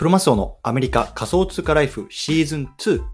クロマスオのアメリカ仮想通貨ライフシーズン2。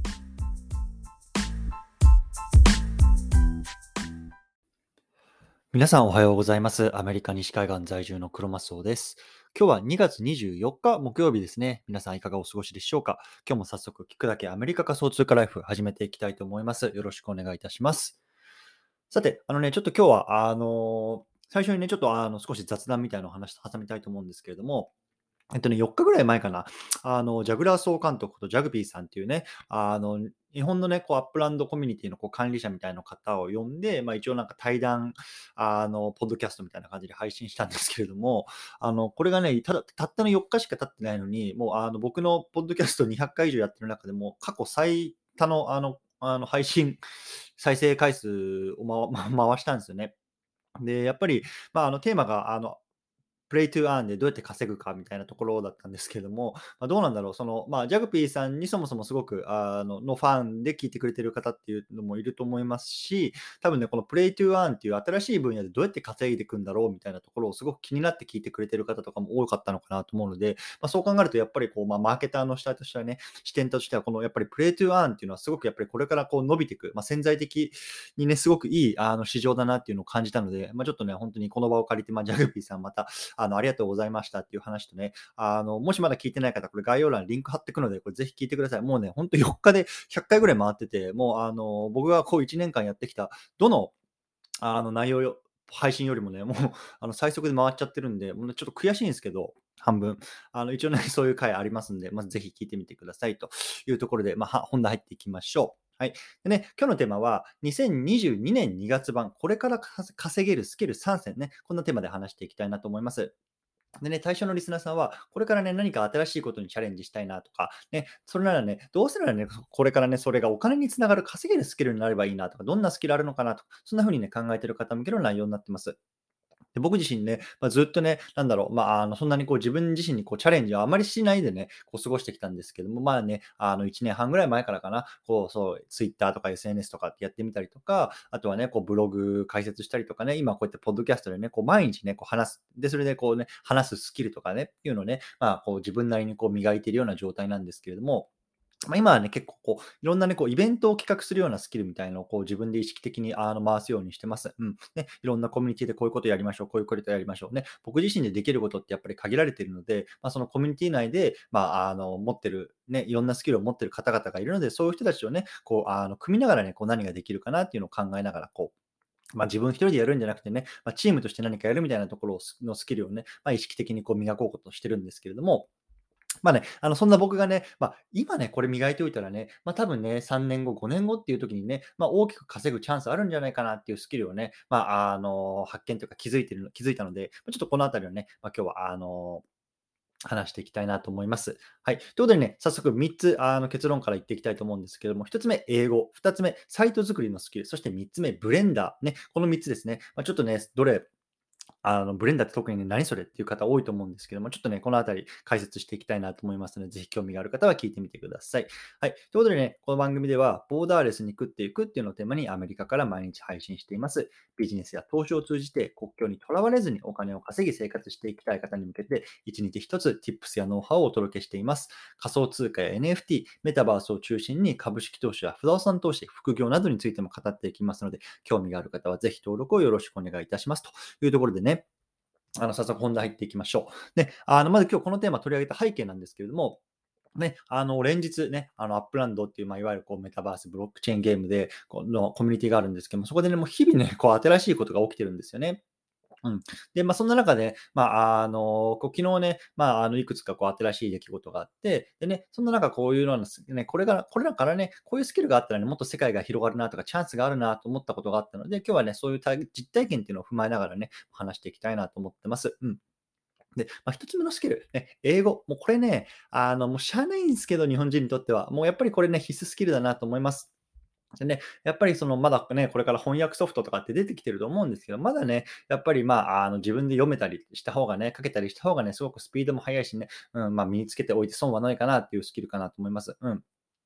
皆さんおはようございます。アメリカ西海岸在住のクロマスオです。今日は2月24日木曜日ですね。皆さんいかがお過ごしでしょうか。今日も早速聞くだけアメリカ仮想通貨ライフ始めていきたいと思います。よろしくお願いいたします。さて、ちょっと今日は、最初にね、ちょっと少し雑談みたいなお話挟みたいと思うんですけれども、4日ぐらい前かな。ジャグラー総監督とジャグビーさんっていうね、日本のね、アップランドコミュニティの管理者みたいな方を呼んで、一応なんか対談、ポッドキャストみたいな感じで配信したんですけれども、これがね、たったの4日しか経ってないのに、もう僕のポッドキャスト200回以上やってる中でも、過去最多の配信、再生回数を回したんですよね。で、やっぱり、テーマが、プレイトゥーアーンでどうやって稼ぐかみたいなところだったんですけども、どうなんだろう、ジャグピーさんにそもそもすごく、ファンで聞いてくれてる方っていうのもいると思いますし、多分ね、このプレイトゥーアーンっていう新しい分野でどうやって稼いでいくんだろうみたいなところをすごく気になって聞いてくれてる方とかも多かったのかなと思うので、そう考えるとやっぱりマーケターの視点としてはね、視点としてはこのやっぱりプレイトゥーアーンっていうのはすごくやっぱりこれから伸びていく、潜在的にね、すごくいい市場だなっていうのを感じたので、ちょっとね、本当にこの場を借りて、ジャグピーさんまたありがとうございましたっていう話とね、もしまだ聞いてない方、これ概要欄にリンク貼ってくので、これぜひ聞いてください。もうね、ほんと4日で100回ぐらい回ってて、もう僕が1年間やってきた、どの内容配信よりもね、もう最速で回っちゃってるんで、もうね、ちょっと悔しいんですけど、半分。一応ね、そういう回ありますんで、ぜひ聞いてみてくださいというところで、本題入っていきましょう。はい。でね、今日のテーマは、2022年2月版、これから稼げるスキル3選ね、こんなテーマで話していきたいなと思います。でね、対象のリスナーさんは、これからね、何か新しいことにチャレンジしたいなとか、ね、それならね、どうせならね、これからね、それがお金につながる稼げるスキルになればいいなとか、どんなスキルあるのかなとか、そんな風にね、考えてる方向けの内容になってます。で、僕自身ね、ずっとね、そんなに自分自身にチャレンジをあまりしないでね、過ごしてきたんですけども、1年半ぐらい前からかな、Twitter とか SNS とかってやってみたりとか、あとはね、ブログ解説したりとかね、今こうやってポッドキャストでね、毎日ね、話す。で、それで話すスキルとかね、っていうのをね、自分なりに磨いているような状態なんですけれども、今はね、結構いろんなね、イベントを企画するようなスキルみたいのを自分で意識的に回すようにしてます。うん。ね、いろんなコミュニティでこういうことやりましょう、こういうことやりましょうね。僕自身でできることってやっぱり限られているので、そのコミュニティ内で、持ってるね、いろんなスキルを持ってる方々がいるので、そういう人たちをね、組みながらね、何ができるかなっていうのを考えながら、自分一人でやるんじゃなくてね、チームとして何かやるみたいなところのスキルをね、意識的に磨こうとしてるんですけれども、そんな僕がね、今ね、これ磨いておいたらね、多分ね、3年後、5年後っていう時にね、大きく稼ぐチャンスあるんじゃないかなっていうスキルをね、発見というか気づいたので、ちょっとこのあたりをね、今日は話していきたいなと思います。はい。ということでね、早速3つ結論から言っていきたいと思うんですけども、1つ目、英語。2つ目、サイト作りのスキル。そして3つ目、ブレンダー。ね、この3つですね。ちょっとね、どれブレンダーって特にね、何それっていう方多いと思うんですけども、ちょっとね、このあたり解説していきたいなと思いますので、ぜひ興味がある方は聞いてみてください。はい。ということでね、この番組では、ボーダーレスに食っていくっていうのをテーマにアメリカから毎日配信しています。ビジネスや投資を通じて国境にとらわれずにお金を稼ぎ生活していきたい方に向けて、一日一つ Tips やノウハウをお届けしています。仮想通貨や NFT、メタバースを中心に株式投資や不動産投資、副業などについても語っていきますので、興味がある方はぜひ登録をよろしくお願いいたします。というところでね、早速本題入っていきましょう。で、まず今日このテーマ取り上げた背景なんですけれども、ね、連日ね、アップランドっていう、いわゆるメタバース、ブロックチェーンゲームで、のコミュニティがあるんですけども、そこでね、もう日々ね、新しいことが起きてるんですよね。うん。で、そんな中で、昨日ね、いくつか新しい出来事があって、でね、そんな中こういうようなね、これらからね、こういうスキルがあったらね、もっと世界が広がるなとか、チャンスがあるなと思ったことがあったので、今日はね、そういう実体験っていうのを踏まえながらね、話していきたいなと思ってます。うん。で、1つ目のスキル、ね、英語。もうこれね、もうしゃあないんですけど、日本人にとっては。もうやっぱりこれね、必須スキルだなと思います。でね、やっぱりまだね、これから翻訳ソフトとかって出てきてると思うんですけど、まだね、やっぱり自分で読めたりした方がね、書けたりした方がね、すごくスピードも速いしね、身につけておいて損はないかなっていうスキルかなと思います。うん。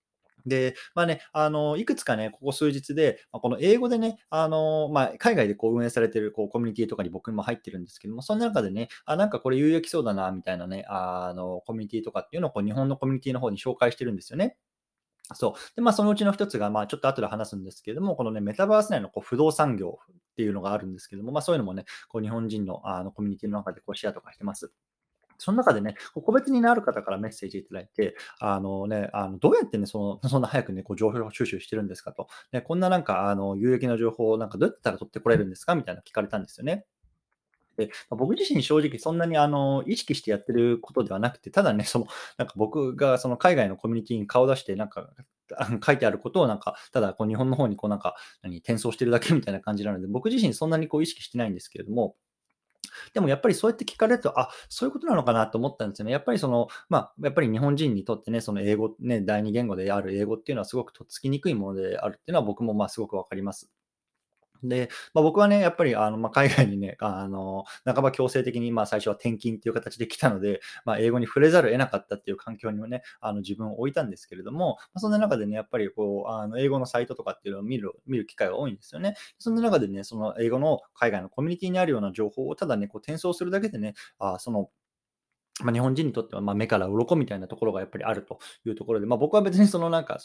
で、まあね、いくつかね、ここ数日で、この英語でね、海外でこう運営されているこうコミュニティとかに僕も入ってるんですけども、そんな中でね、なんかこれ有益そうだなみたいなね、コミュニティとかっていうのをこう日本のコミュニティの方に紹介してるんですよね。そう。で、そのうちの一つが、ちょっと後で話すんですけれども、このね、メタバース内のこう不動産業っていうのがあるんですけども、そういうのもね、こう日本人のコミュニティの中でこうシェアとかしてます。その中でね、こう個別にね、ある方からメッセージいただいて、どうやってね、そんな早くね、こう情報収集してるんですかと。ね、こんななんか、有益な情報をなんかどうやったら取ってこれるんですかみたいな聞かれたんですよね。で、僕自身正直そんなに意識してやってることではなくて、ただね、なんか僕がその海外のコミュニティに顔を出して、なんか、書いてあることをなんか、ただこう日本の方にこうなんか、転送してるだけみたいな感じなので、僕自身そんなにこう意識してないんですけれども、でもやっぱりそうやって聞かれると、そういうことなのかなと思ったんですよね。やっぱりやっぱり日本人にとってね、その英語ね、第二言語である英語っていうのはすごくとっつきにくいものであるっていうのは僕もすごくわかります。で、僕はね、やっぱり海外にね、半ば強制的に最初は転勤っていう形で来たので、英語に触れざるを得なかったっていう環境にもね、自分を置いたんですけれども、そんな中でね、やっぱりこう、英語のサイトとかっていうのを見る機会が多いんですよね。そんな中でね、その英語の海外のコミュニティにあるような情報をただね、こう転送するだけでね、日本人にとっては、目から鱗みたいなところがやっぱりあるというところで、僕は別に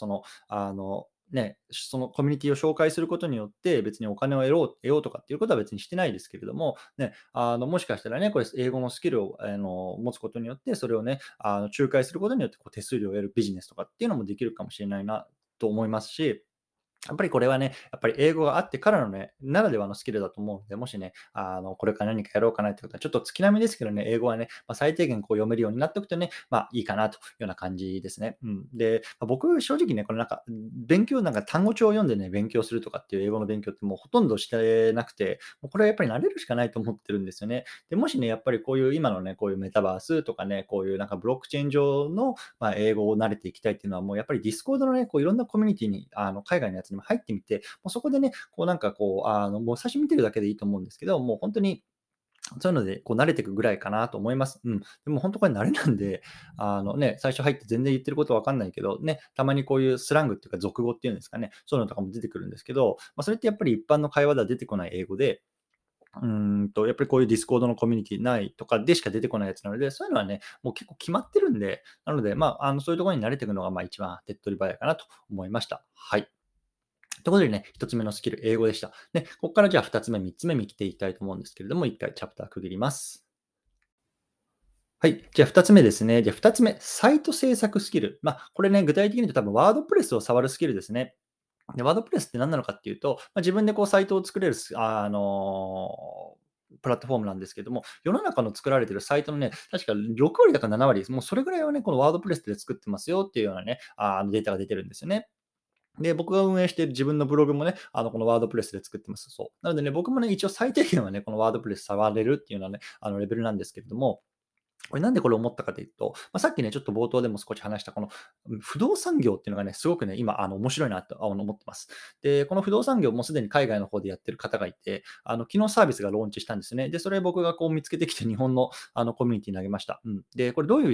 そのコミュニティを紹介することによって、別にお金を得ようとかっていうことは別にしてないですけれども、ね、もしかしたらね、これ英語のスキルを、持つことによって、それをね、仲介することによって、こう手数料を得るビジネスとかっていうのもできるかもしれないなと思いますし、やっぱりこれはね、やっぱり英語があってからのね、ならではのスキルだと思うので、もしね、これから何かやろうかなってことは、ちょっと月並みですけどね、英語はね、最低限こう読めるようになっておくとね、いいかなというような感じですね。うん。で、僕正直ね、これなんか、勉強なんか単語帳を読んでね、勉強するとかっていう英語の勉強ってもうほとんどしてなくて、もうこれはやっぱり慣れるしかないと思ってるんですよね。で、もしね、やっぱりこういう今のね、こういうメタバースとかね、こういうなんかブロックチェーン上の英語を慣れていきたいっていうのは、もうやっぱりディスコードのね、こういろんなコミュニティに、海外のやつにも入ってみて、もうそこでね、こうなんかこう、もう最初見てるだけでいいと思うんですけど、もう本当にそういうので、こう慣れていくぐらいかなと思います。うん。でも本当これ慣れなんで、最初入って全然言ってることわかんないけど、ね、たまにこういうスラングっていうか俗語っていうんですかね、そういうのとかも出てくるんですけど、それってやっぱり一般の会話では出てこない英語で、やっぱりこういうディスコードのコミュニティ内とかでしか出てこないやつなので、そういうのはね、もう結構決まってるんで、なので、そういうところに慣れていくのが、一番手っ取り早いかなと思いました。はい。ということでね、一つ目のスキル、英語でした。で、ここからじゃあ二つ目、三つ目に来ていきたいと思うんですけれども、一回チャプター区切ります。はい。じゃあ二つ目ですね。じゃあ二つ目、サイト制作スキル。これね、具体的に言うと多分ワードプレスを触るスキルですね。で、ワードプレスって何なのかっていうと、自分でこうサイトを作れるプラットフォームなんですけども、世の中の作られているサイトのね、確か6割だか7割です。もうそれぐらいはね、このワードプレスで作ってますよっていうようなね、データが出てるんですよね。で、僕が運営している自分のブログもね、このワードプレスで作ってます。そう。なのでね、僕もね、一応最低限はね、このワードプレス触れるっていうのはね、レベルなんですけれども、これなんでこれ思ったかというと、さっきね、ちょっと冒頭でも少し話したこの不動産業っていうのがね、すごくね、今、面白いなと思ってます。で、この不動産業もすでに海外の方でやってる方がいて、昨日サービスがローンチしたんですね。で、それ僕がこう見つけてきて日本のコミュニティに投げました。うん。で、これどういう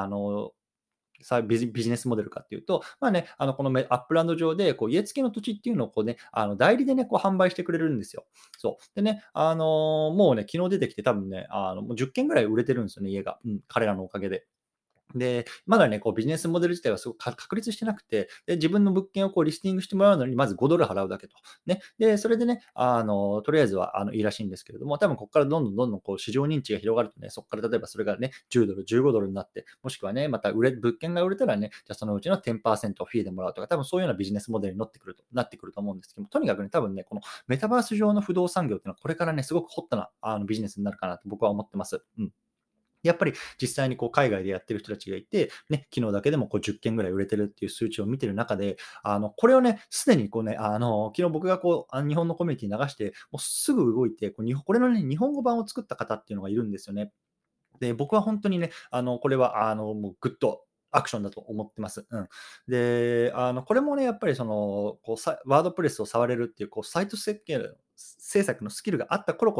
ビジネスモデルかっていうと、このアップランド上で、こう、家付きの土地っていうのをこうね、代理でね、こう販売してくれるんですよ。そう。でね、もうね、昨日出てきて多分ね、もう10件ぐらい売れてるんですよね、家が。うん、彼らのおかげで。で、まだね、こうビジネスモデル自体はすごく確立してなくて、で、自分の物件をこうリスティングしてもらうのに、まず$5払うだけと。ね。で、それでね、とりあえずは、いいらしいんですけれども、多分ここからどんどんこう市場認知が広がるとね、そこから例えばそれがね、$10、$15になって、もしくはね、また物件が売れたらね、じゃあそのうちの10%フィーでもらうとか、多分そういうようなビジネスモデルになってくると思うんですけども、とにかくね、多分ね、このメタバース上の不動産業っていうのは、これからね、すごくホットなビジネスになるかなと僕は思ってます。うん。やっぱり実際にこう海外でやってる人たちがいて、ね、昨日だけでもこう10件ぐらい売れてるっていう数値を見てる中で、これをね、すでにこうね、昨日僕がこう、日本のコミュニティに流して、もうすぐ動いて、これのね、日本語版を作った方っていうのがいるんですよね。で、僕は本当にね、これはもうグッドアクションだと思ってます。うん。で、これもね、やっぱりワードプレスを触れるっていう、こうサイト設計制作のスキルがあった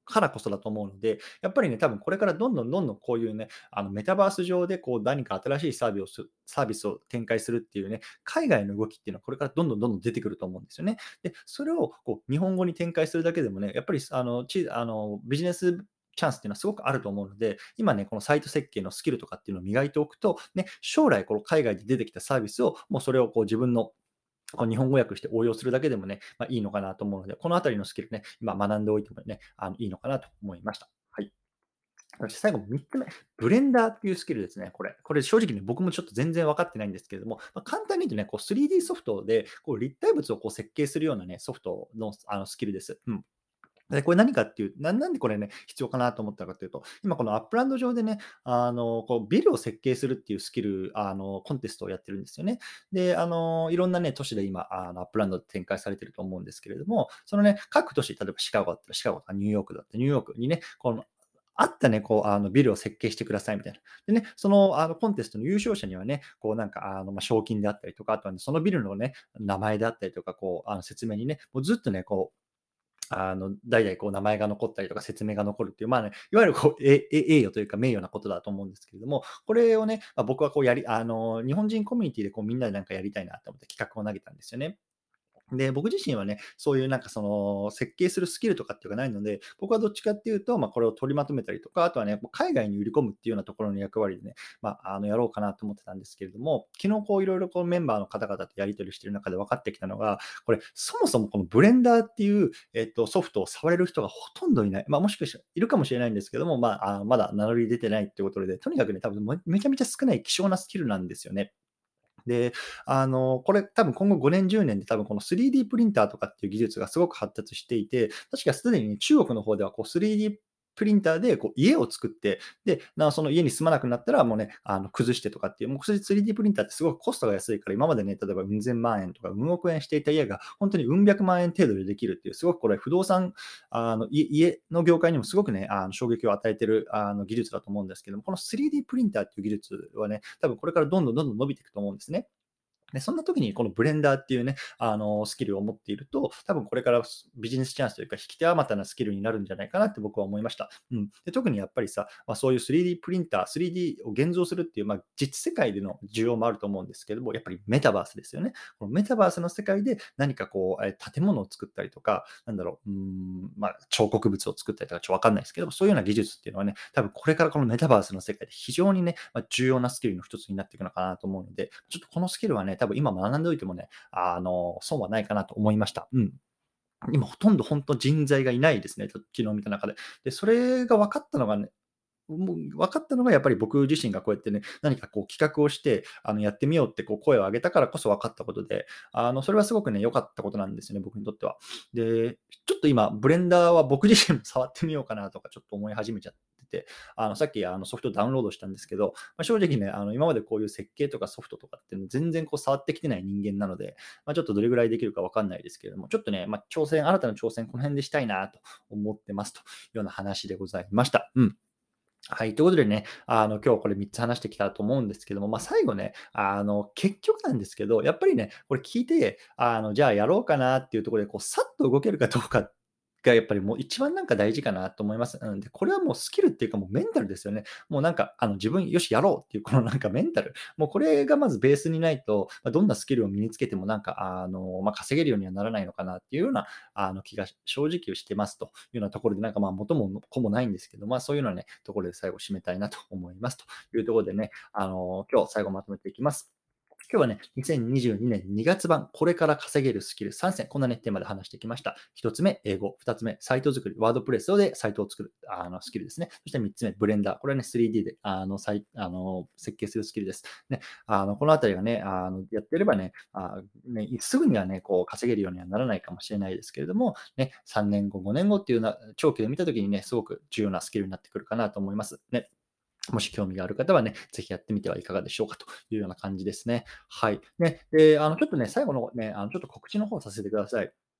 からこそだと思うので、やっぱりね、多分これからどんどんどんどんこういうね、メタバース上でこう何か新しいサービスを展開するっていうね、海外の動きっていうのはこれからどんどんどんどん出てくると思うんですよね。で、それをこう日本語に展開するだけでもね、やっぱりビジネスチャンスっていうのはすごくあると思うので、今ね、このサイト設計のスキルとかっていうのを磨いておくと、ね、将来この海外で出てきたサービスを、もうそれをこう自分のこう日本語訳して応用するだけでもね、いいのかなと思うので、このあたりのスキルね、今学んでおいてもね、いいのかなと思いました。はい。そして最後3つ目、ブレンダーっていうスキルですね、これ。これ正直ね、僕もちょっと全然分かってないんですけれども、簡単に言うとね、こう 3D ソフトでこう立体物をこう設計するようなね、ソフトのスキルです。うん。で、これ何かっていう、なんでこれね、必要かなと思ったかというと、今このアップランド上でね、こうビルを設計するっていうスキル、コンテストをやってるんですよね。で、いろんなね、都市で今、アップランドで展開されてると思うんですけれども、そのね、各都市、例えばシカゴだったらシカゴとかニューヨークだったらニューヨークにね、このあったね、こう、ビルを設計してくださいみたいな。でね、その、コンテストの優勝者にはね、こうなんか、賞金であったりとか、あとはね、そのビルのね、名前であったりとか、こう、説明にね、もうずっとね、こう、代々こう名前が残ったりとか説明が残るっていう、いわゆるこう、栄誉というか名誉なことだと思うんですけれども、これをね、僕はこう日本人コミュニティでこうみんなでなんかやりたいなと思って企画を投げたんですよね。で、僕自身はね、そういうなんかその、設計するスキルとかっていうのがないので、僕はどっちかっていうと、これを取りまとめたりとか、あとはね、もう海外に売り込むっていうようなところの役割でね、やろうかなと思ってたんですけれども、昨日こういろいろこうメンバーの方々とやり取りしている中で分かってきたのが、これ、そもそもこのブレンダーっていう、ソフトを触れる人がほとんどいない。もしかしたらいるかもしれないんですけども、まだ名乗り出てないっていうことで、とにかくね、多分めちゃめちゃ少ない希少なスキルなんですよね。で、これ多分今後5年、10年で多分この 3D プリンターとかっていう技術がすごく発達していて、確かすでに中国の方ではこう 3D プリンターでこう家を作って、で、その家に住まなくなったらもうね、崩してとかっていう、もう 3D プリンターってすごくコストが安いから、今までね、例えばうん千万円とかうん億円していた家が、本当にうん百万円程度でできるっていう、すごくこれ不動産、家の業界にもすごくね、衝撃を与えてる、技術だと思うんですけども、この 3D プリンターっていう技術はね、多分これからどんどんどんどん伸びていくと思うんですね。で、そんな時にこのブレンダーっていうね、スキルを持っていると、多分これからビジネスチャンスというか、引き手あまたなスキルになるんじゃないかなって僕は思いました。うん。で、特にやっぱりさ、そういう 3D プリンター、3D を現像するっていう、実世界での需要もあると思うんですけども、やっぱりメタバースですよね。このメタバースの世界で何かこう、建物を作ったりとか、彫刻物を作ったりとか、わかんないですけど、そういうような技術っていうのはね、多分これからこのメタバースの世界で非常にね、重要なスキルの一つになっていくのかなと思うので、ちょっとこのスキルはね、多分今学んでおいてもね、損はないかなと思いました。うん。今ほとんど本当人材がいないですね、昨日見た中で。で、それが分かったのがね、もう分かったのがやっぱり僕自身がこうやってね、何かこう企画をして、やってみようってこう声を上げたからこそ分かったことで、それはすごくね、良かったことなんですよね、僕にとっては。で、ちょっと今、ブレンダーは僕自身も触ってみようかなとかちょっと思い始めちゃってて、さっきソフトダウンロードしたんですけど、正直ね、今までこういう設計とかソフトとかっていうの全然こう触ってきてない人間なので、ちょっとどれぐらいできるか分かんないですけれども、ちょっとね、新たな挑戦この辺でしたいなと思ってますというような話でございました。うん。はい。ということでね、今日これ3つ話してきたと思うんですけども、最後ね、結局なんですけど、やっぱりね、これ聞いて、じゃあやろうかなっていうところで、こう、さっと動けるかどうかがやっぱりもう一番なんか大事かなと思います。うん。で、これはもうスキルっていうかもうメンタルですよね。もうなんか、自分、よし、やろうっていうこのなんかメンタル。もうこれがまずベースにないと、どんなスキルを身につけてもなんか、稼げるようにはならないのかなっていうような、気が正直してますというようなところで、なんか元も子もないんですけど、そういうようなね、ところで最後締めたいなと思いますというところでね、今日最後まとめていきます。今日はね、2022年2月版、これから稼げるスキル3選、こんなね、テーマで話してきました。1つ目、英語。2つ目、サイト作り。ワードプレスでサイトを作る、スキルですね。そして3つ目、ブレンダー。これはね、3D で、設計するスキルです。ね、このあたりがね、やってればね、すぐにはね、こう、稼げるようにはならないかもしれないですけれども、ね、3年後、5年後っていうような、長期で見たときにね、すごく重要なスキルになってくるかなと思います。ね。もし興味がある方はね、ぜひやってみてはいかがでしょうかというような感じですね。はい。ね、で、ちょっとね、最後のね、ちょっと告知の方させてください。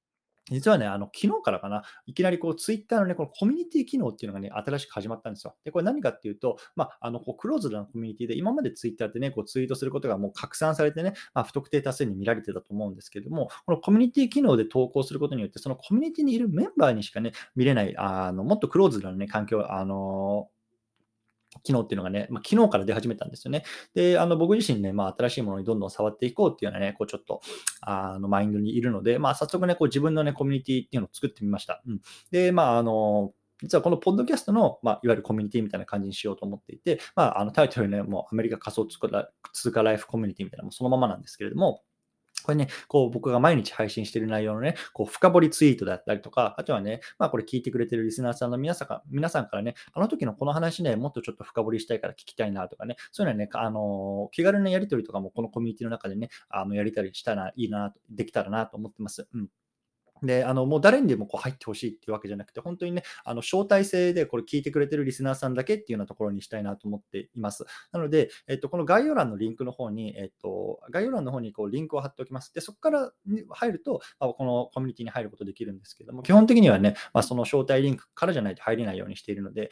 実はね、昨日からかな、いきなりこうツイッターのね、このコミュニティ機能っていうのがね、新しく始まったんですよ。で、これ何かっていうと、こうクローズドなコミュニティで、今までツイッターってね、こうツイートすることがもう拡散されてね、不特定多数に見られてたと思うんですけども、このコミュニティ機能で投稿することによって、そのコミュニティにいるメンバーにしかね、見れない、もっとクローズドなね、環境、機能っていうのがね、昨日から出始めたんですよね。で、僕自身ね、新しいものにどんどん触っていこうっていうようなね、こうちょっと、マインドにいるので、早速ね、こう自分のね、コミュニティっていうのを作ってみました。うん。で、実はこのポッドキャストの、いわゆるコミュニティみたいな感じにしようと思っていて、タイトルね、もうアメリカ仮想通貨ライフコミュニティみたいな、もうそのままなんですけれども、これね、こう僕が毎日配信している内容のね、こう深掘りツイートだったりとか、あとはね、これ聞いてくれてるリスナーさんの皆さんからね、あの時のこの話ね、もっとちょっと深掘りしたいから聞きたいなとかね、そういうのはね、気軽なやり取りとかもこのコミュニティの中でね、やりたりしたらいいな、できたらなと思ってます。うん。で、もう誰にでもこう入ってほしいっていうわけじゃなくて、本当にね、招待制でこれ聞いてくれてるリスナーさんだけっていうようなところにしたいなと思っています。なので、この概要欄のリンクの方に、概要欄の方にこうリンクを貼っておきます。で、そこからに入ると、このコミュニティに入ることできるんですけども、基本的にはね、その招待リンクからじゃないと入れないようにしているので、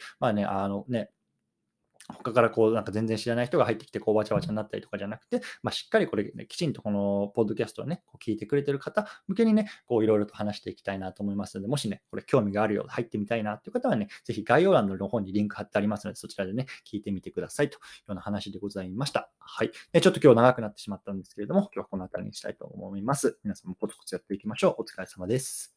他からこうなんか全然知らない人が入ってきてこうわちゃわちゃになったりとかじゃなくて、しっかりこれね、きちんとこのポッドキャストをね、こう聞いてくれてる方向けにね、こういろいろと話していきたいなと思いますので、もしね、これ興味があるよう、入ってみたいなっていう方はね、ぜひ概要欄の方にリンク貼ってありますので、そちらでね、聞いてみてくださいというような話でございました。はい。でちょっと今日長くなってしまったんですけれども、今日はこの辺りにしたいと思います。皆さんもコツコツやっていきましょう。お疲れ様です。